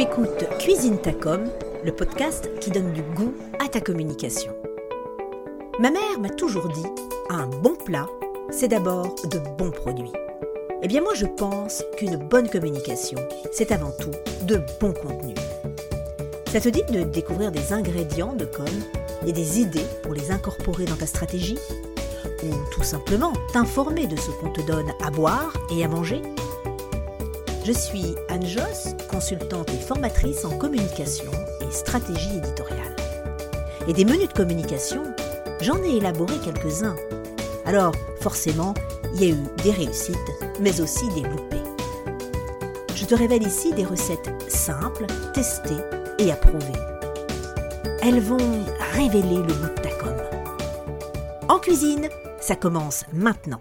écoutes Cuisine ta com, le podcast qui donne du goût à ta communication. Ma mère m'a toujours dit, un bon plat, c'est d'abord de bons produits. Eh bien moi je pense qu'une bonne communication, c'est avant tout de bons contenus. Ça te dit de découvrir des ingrédients de com et des idées pour les incorporer dans ta stratégie ? Ou tout simplement t'informer de ce qu'on te donne à boire et à manger ? Je suis Anne Josse, consultante et formatrice en communication et stratégie éditoriale. Et des menus de communication, j'en ai élaboré quelques-uns. Alors, forcément, il y a eu des réussites, mais aussi des loupés. Je te révèle ici des recettes simples, testées et approuvées. Elles vont révéler le goût de ta com. En cuisine, ça commence maintenant.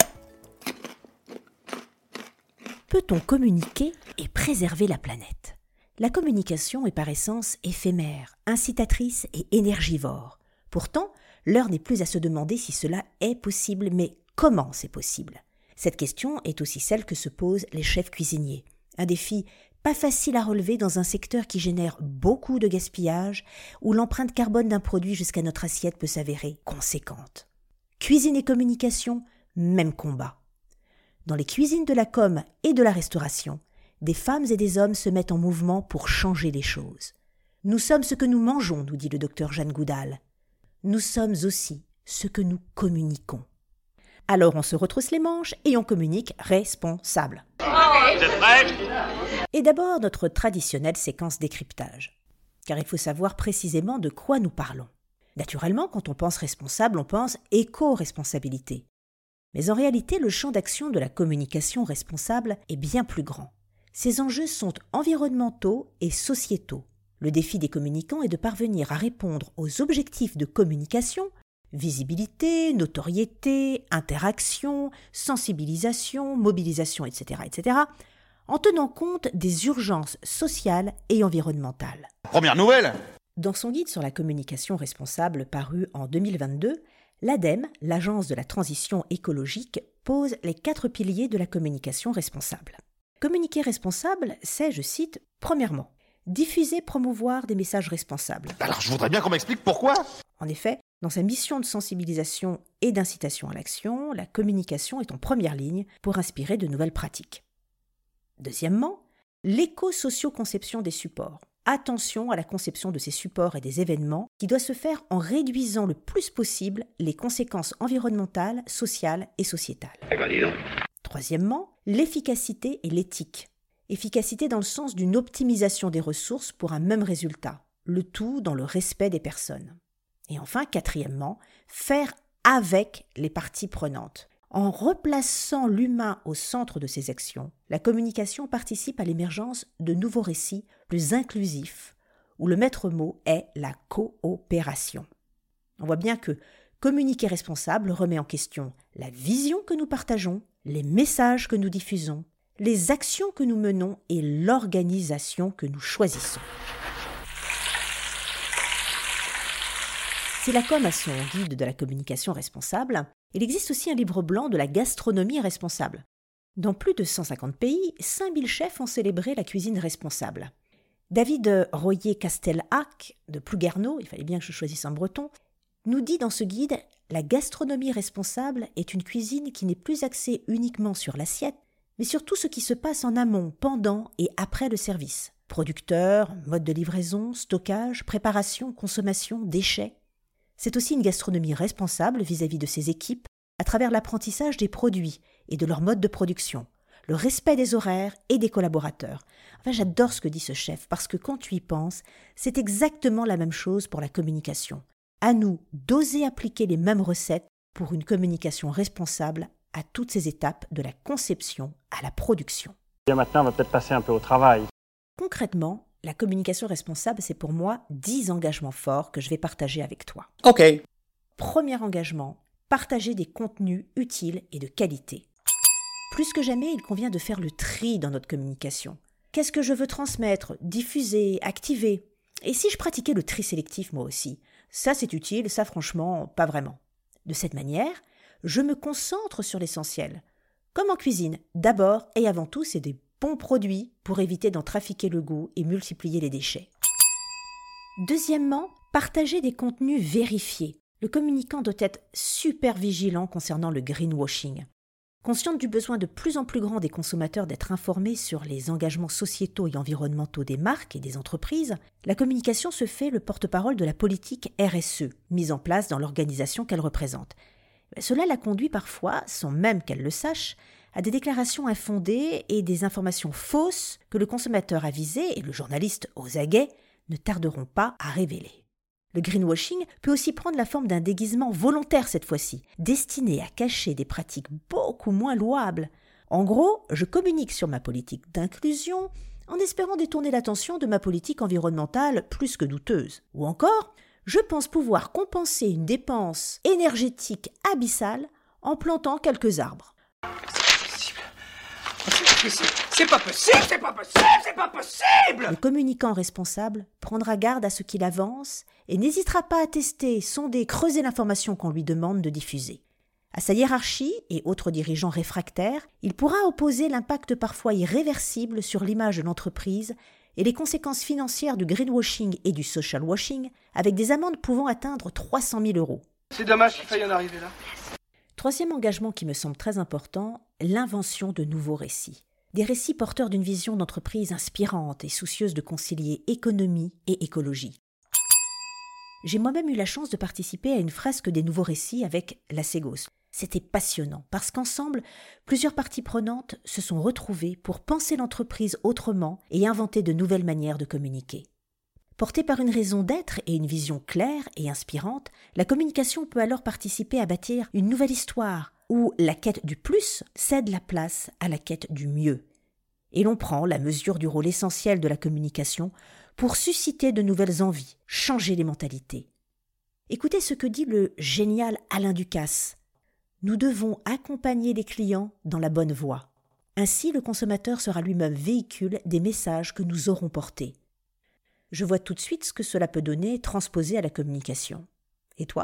Peut-on communiquer et préserver la planète ? La communication est par essence éphémère, incitatrice et énergivore. Pourtant, l'heure n'est plus à se demander si cela est possible, mais comment c'est possible ? Cette question est aussi celle que se posent les chefs cuisiniers. Un défi pas facile à relever dans un secteur qui génère beaucoup de gaspillage, où l'empreinte carbone d'un produit jusqu'à notre assiette peut s'avérer conséquente. Cuisine et communication, même combat. Dans les cuisines de la com et de la restauration, des femmes et des hommes se mettent en mouvement pour changer les choses. Nous sommes ce que nous mangeons, nous dit le docteur Jeanne Goudal. Nous sommes aussi ce que nous communiquons. Alors on se retrousse les manches et on communique responsable. Vous êtes prêts ? Et d'abord notre traditionnelle séquence décryptage. Car il faut savoir précisément de quoi nous parlons. Naturellement, quand on pense responsable, on pense éco-responsabilité. Mais en réalité, le champ d'action de la communication responsable est bien plus grand. Ces enjeux sont environnementaux et sociétaux. Le défi des communicants est de parvenir à répondre aux objectifs de communication, visibilité, notoriété, interaction, sensibilisation, mobilisation, etc., en tenant compte des urgences sociales et environnementales. Première nouvelle. Dans son guide sur la communication responsable paru en 2022, l'ADEME, l'Agence de la transition écologique, pose les 4 piliers de la communication responsable. Communiquer responsable, c'est, je cite, premièrement, diffuser, promouvoir des messages responsables. Alors je voudrais bien qu'on m'explique pourquoi. En effet, dans sa mission de sensibilisation et d'incitation à l'action, la communication est en première ligne pour inspirer de nouvelles pratiques. Deuxièmement, l'éco-socio-conception des supports. Attention à la conception de ces supports et des événements qui doit se faire en réduisant le plus possible les conséquences environnementales, sociales et sociétales. Troisièmement, l'efficacité et l'éthique. Efficacité dans le sens d'une optimisation des ressources pour un même résultat, le tout dans le respect des personnes. Et enfin, quatrièmement, faire avec les parties prenantes. En replaçant l'humain au centre de ses actions, la communication participe à l'émergence de nouveaux récits plus inclusifs, où le maître mot est la coopération. On voit bien que communiquer responsable remet en question la vision que nous partageons, les messages que nous diffusons, les actions que nous menons et l'organisation que nous choisissons. Si la com a son guide de la communication responsable, il existe aussi un livre blanc de la gastronomie responsable. Dans plus de 150 pays, 5000 chefs ont célébré la cuisine responsable. David Royer-Castellac de Plouguerneau, il fallait bien que je choisisse un breton, nous dit dans ce guide « La gastronomie responsable est une cuisine qui n'est plus axée uniquement sur l'assiette, mais sur tout ce qui se passe en amont, pendant et après le service. Producteurs, mode de livraison, stockage, préparation, consommation, déchets. C'est aussi une gastronomie responsable vis-à-vis de ses équipes à travers l'apprentissage des produits et de leur mode de production, le respect des horaires et des collaborateurs. » Enfin, j'adore ce que dit ce chef parce que quand tu y penses, c'est exactement la même chose pour la communication. À nous d'oser appliquer les mêmes recettes pour une communication responsable à toutes ces étapes de la conception à la production. Et maintenant, on va peut-être passer un peu au travail. Concrètement, la communication responsable, c'est pour moi 10 engagements forts que je vais partager avec toi. Ok. Premier engagement, partager des contenus utiles et de qualité. Plus que jamais, il convient de faire le tri dans notre communication. Qu'est-ce que je veux transmettre, diffuser, activer ? Et si je pratiquais le tri sélectif moi aussi ? Ça c'est utile, ça franchement, pas vraiment. De cette manière, je me concentre sur l'essentiel. Comme en cuisine, d'abord et avant tout, c'est des bons produits pour éviter d'en trafiquer le goût et multiplier les déchets. Deuxièmement, partager des contenus vérifiés. Le communicant doit être super vigilant concernant le greenwashing. Consciente du besoin de plus en plus grand des consommateurs d'être informés sur les engagements sociétaux et environnementaux des marques et des entreprises, la communication se fait le porte-parole de la politique RSE, mise en place dans l'organisation qu'elle représente. Cela la conduit parfois, sans même qu'elle le sache, à des déclarations infondées et des informations fausses que le consommateur avisé et le journaliste aux aguets ne tarderont pas à révéler. Le greenwashing peut aussi prendre la forme d'un déguisement volontaire cette fois-ci, destiné à cacher des pratiques beaucoup moins louables. En gros, je communique sur ma politique d'inclusion en espérant détourner l'attention de ma politique environnementale plus que douteuse. Ou encore, je pense pouvoir compenser une dépense énergétique abyssale en plantant quelques arbres. C'est pas possible! Le communicant responsable prendra garde à ce qu'il avance et n'hésitera pas à tester, sonder, creuser l'information qu'on lui demande de diffuser. À sa hiérarchie et autres dirigeants réfractaires, il pourra opposer l'impact parfois irréversible sur l'image de l'entreprise et les conséquences financières du greenwashing et du social washing, avec des amendes pouvant atteindre 300 000 €. C'est dommage qu'il faille en arriver là. Troisième engagement qui me semble très important, l'invention de nouveaux récits. Des récits porteurs d'une vision d'entreprise inspirante et soucieuse de concilier économie et écologie. J'ai moi-même eu la chance de participer à une fresque des nouveaux récits avec la Ségos. C'était passionnant parce qu'ensemble, plusieurs parties prenantes se sont retrouvées pour penser l'entreprise autrement et inventer de nouvelles manières de communiquer. Portée par une raison d'être et une vision claire et inspirante, la communication peut alors participer à bâtir une nouvelle histoire où la quête du plus cède la place à la quête du mieux. Et l'on prend la mesure du rôle essentiel de la communication pour susciter de nouvelles envies, changer les mentalités. Écoutez ce que dit le génial Alain Ducasse. Nous devons accompagner les clients dans la bonne voie. Ainsi, le consommateur sera lui-même véhicule des messages que nous aurons portés. Je vois tout de suite ce que cela peut donner transposé à la communication. Et toi ?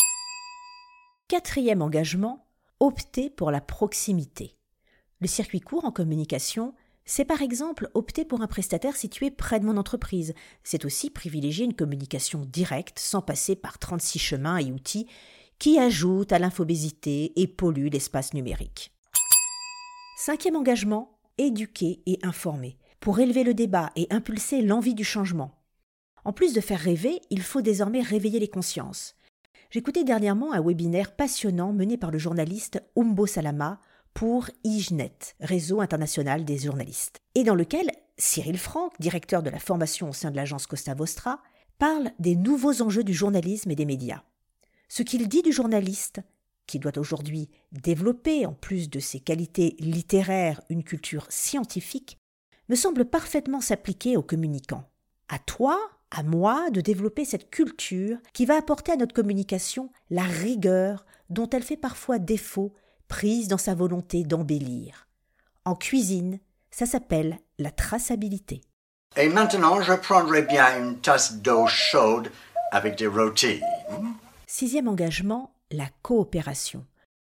Quatrième engagement, opter pour la proximité. Le circuit court en communication, c'est par exemple opter pour un prestataire situé près de mon entreprise. C'est aussi privilégier une communication directe sans passer par 36 chemins et outils qui ajoutent à l'infobésité et polluent l'espace numérique. Cinquième engagement, éduquer et informer, pour élever le débat et impulser l'envie du changement. En plus de faire rêver, il faut désormais réveiller les consciences. J'écoutais dernièrement un webinaire passionnant mené par le journaliste Umbo Salama pour IJNET, Réseau international des journalistes, et dans lequel Cyril Franck, directeur de la formation au sein de l'agence Costa Vostra, parle des nouveaux enjeux du journalisme et des médias. Ce qu'il dit du journaliste, qui doit aujourd'hui développer, en plus de ses qualités littéraires, une culture scientifique, me semble parfaitement s'appliquer aux communicants. À toi, à moi, de développer cette culture qui va apporter à notre communication la rigueur dont elle fait parfois défaut, prise dans sa volonté d'embellir. En cuisine, ça s'appelle la traçabilité. Et maintenant, je prendrai bien une tasse d'eau chaude avec des rôtis. Sixième engagement, la coopération.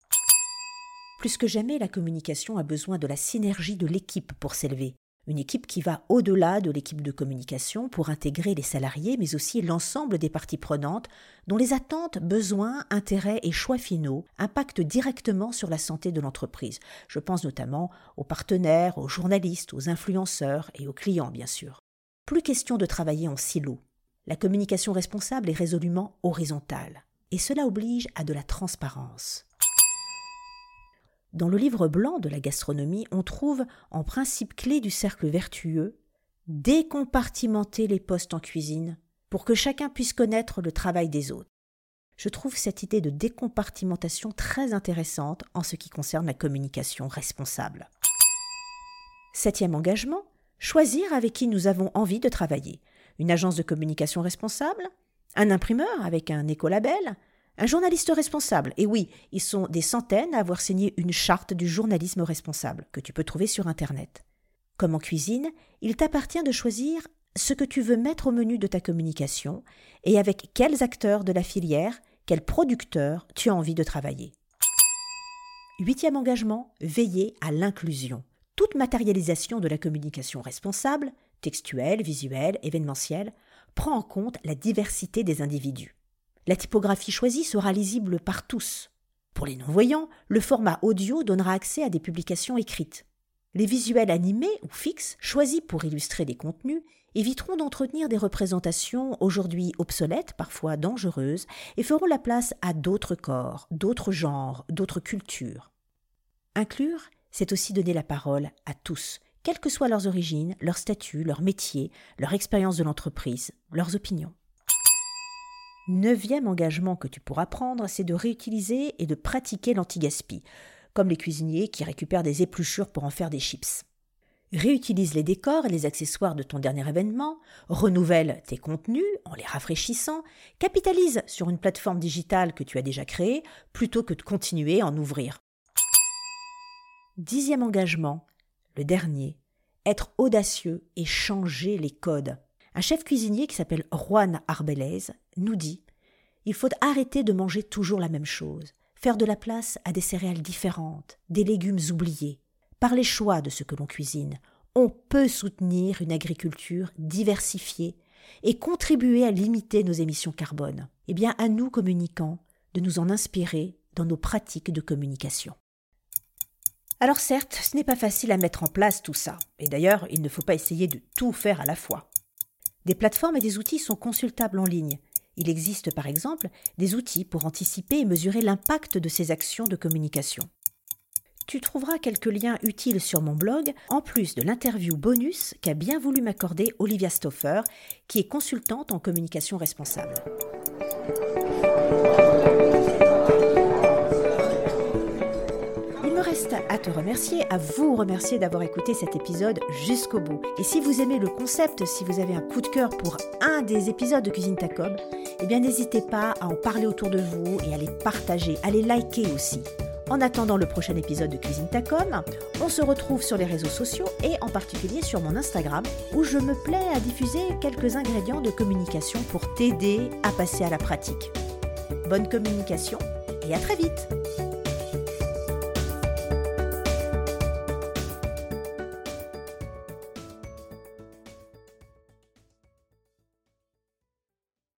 Plus que jamais, la communication a besoin de la synergie de l'équipe pour s'élever. Une équipe qui va au-delà de l'équipe de communication pour intégrer les salariés, mais aussi l'ensemble des parties prenantes dont les attentes, besoins, intérêts et choix finaux impactent directement sur la santé de l'entreprise. Je pense notamment aux partenaires, aux journalistes, aux influenceurs et aux clients, bien sûr. Plus question de travailler en silo. La communication responsable est résolument horizontale. Et cela oblige à de la transparence. Dans le livre blanc de la gastronomie, on trouve, en principe clé du cercle vertueux, décompartimenter les postes en cuisine pour que chacun puisse connaître le travail des autres. Je trouve cette idée de décompartimentation très intéressante en ce qui concerne la communication responsable. Septième engagement, choisir avec qui nous avons envie de travailler. Une agence de communication responsable, un imprimeur avec un écolabel, un journaliste responsable. Et oui, ils sont des centaines à avoir signé une charte du journalisme responsable que tu peux trouver sur Internet. Comme en cuisine, il t'appartient de choisir ce que tu veux mettre au menu de ta communication et avec quels acteurs de la filière, quels producteurs tu as envie de travailler. Huitième engagement, veiller à l'inclusion. Toute matérialisation de la communication responsable, textuelle, visuelle, événementielle, prend en compte la diversité des individus. La typographie choisie sera lisible par tous. Pour les non-voyants, le format audio donnera accès à des publications écrites. Les visuels animés ou fixes, choisis pour illustrer des contenus, éviteront d'entretenir des représentations aujourd'hui obsolètes, parfois dangereuses, et feront la place à d'autres corps, d'autres genres, d'autres cultures. Inclure, c'est aussi donner la parole à tous, quelles que soient leurs origines, leur statut, leur métier, leur expérience de l'entreprise, leurs opinions. 9e engagement que tu pourras prendre, c'est de réutiliser et de pratiquer l'anti-gaspi, comme les cuisiniers qui récupèrent des épluchures pour en faire des chips. Réutilise les décors et les accessoires de ton dernier événement, renouvelle tes contenus en les rafraîchissant, capitalise sur une plateforme digitale que tu as déjà créée plutôt que de continuer à en ouvrir. 10e engagement, le dernier, être audacieux et changer les codes. Un chef cuisinier qui s'appelle Juan Arbelez nous dit « Il faut arrêter de manger toujours la même chose, faire de la place à des céréales différentes, des légumes oubliés. Par les choix de ce que l'on cuisine, on peut soutenir une agriculture diversifiée et contribuer à limiter nos émissions carbone. Eh bien, à nous, communicants, de nous en inspirer dans nos pratiques de communication. » Alors certes, ce n'est pas facile à mettre en place tout ça, et d'ailleurs, il ne faut pas essayer de tout faire à la fois. Des plateformes et des outils sont consultables en ligne. Il existe par exemple des outils pour anticiper et mesurer l'impact de ces actions de communication. Tu trouveras quelques liens utiles sur mon blog, en plus de l'interview bonus qu'a bien voulu m'accorder Olivia Stauffer, qui est consultante en communication responsable. Il me reste à te remercier, à vous remercier d'avoir écouté cet épisode jusqu'au bout. Et si vous aimez le concept, si vous avez un coup de cœur pour un des épisodes de Cuisine Ta Com, eh bien n'hésitez pas à en parler autour de vous et à les partager, à les liker aussi. En attendant le prochain épisode de Cuisine Ta Com, on se retrouve sur les réseaux sociaux et en particulier sur mon Instagram où je me plais à diffuser quelques ingrédients de communication pour t'aider à passer à la pratique. Bonne communication et à très vite!